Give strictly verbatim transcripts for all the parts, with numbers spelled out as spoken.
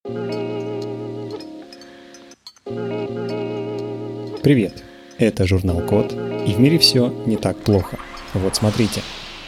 Привет, это журнал Код, и в мире все не так плохо. Вот смотрите.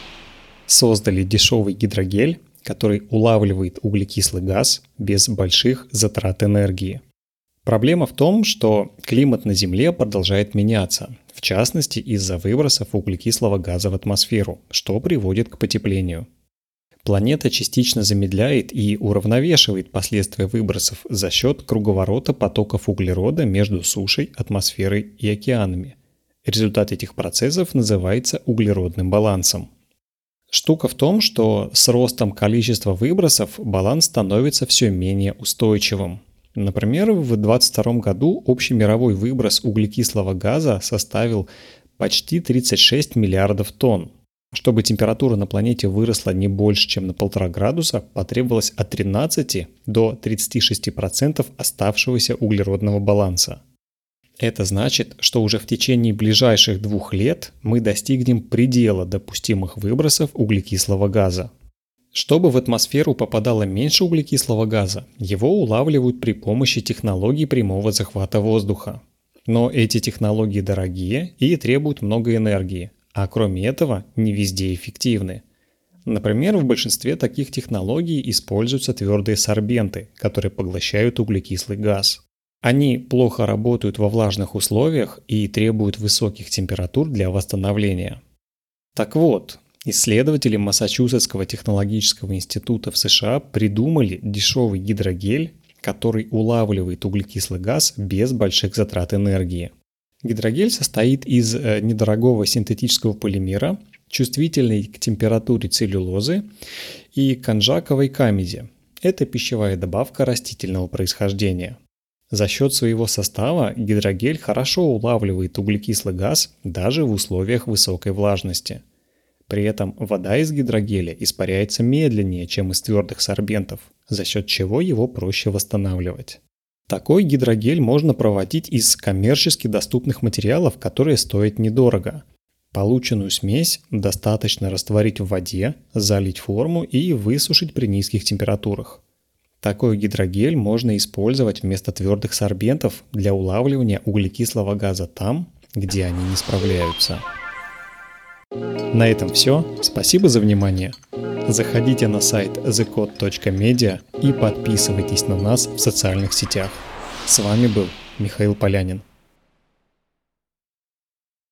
Создали дешевый гидрогель, который улавливает углекислый газ без больших затрат энергии. Проблема в том, что климат на Земле продолжает меняться, в частности из-за выбросов углекислого газа в атмосферу, что приводит к потеплению. Планета частично замедляет и уравновешивает последствия выбросов за счет круговорота потоков углерода между сушей, атмосферой и океанами. Результат этих процессов называется углеродным балансом. Штука в том, что с ростом количества выбросов баланс становится все менее устойчивым. Например, в две тысячи двадцать втором году общий мировой выброс углекислого газа составил почти тридцать шесть миллиардов тонн. Чтобы температура на планете выросла не больше, чем на полтора градуса, потребовалось от тринадцати до тридцати шести процентов оставшегося углеродного баланса. Это значит, что уже в течение ближайших двух лет мы достигнем предела допустимых выбросов углекислого газа. Чтобы в атмосферу попадало меньше углекислого газа, его улавливают при помощи технологий прямого захвата воздуха. Но эти технологии дорогие и требуют много энергии. А кроме этого, не везде эффективны. Например, в большинстве таких технологий используются твердые сорбенты, которые поглощают углекислый газ. Они плохо работают во влажных условиях и требуют высоких температур для восстановления. Так вот, исследователи Массачусетского технологического института в США придумали дешевый гидрогель, который улавливает углекислый газ без больших затрат энергии. Гидрогель состоит из недорогого синтетического полимера, чувствительной к температуре целлюлозы и конжаковой камеди. Это пищевая добавка растительного происхождения. За счет своего состава гидрогель хорошо улавливает углекислый газ даже в условиях высокой влажности. При этом вода из гидрогеля испаряется медленнее, чем из твердых сорбентов, за счет чего его проще восстанавливать. Такой гидрогель можно проводить из коммерчески доступных материалов, которые стоят недорого. Полученную смесь достаточно растворить в воде, залить форму и высушить при низких температурах. Такой гидрогель можно использовать вместо твердых сорбентов для улавливания углекислого газа там, где они не справляются. На этом все. Спасибо за внимание. Заходите на сайт the code точка media и подписывайтесь на нас в социальных сетях. С вами был Михаил Полянин.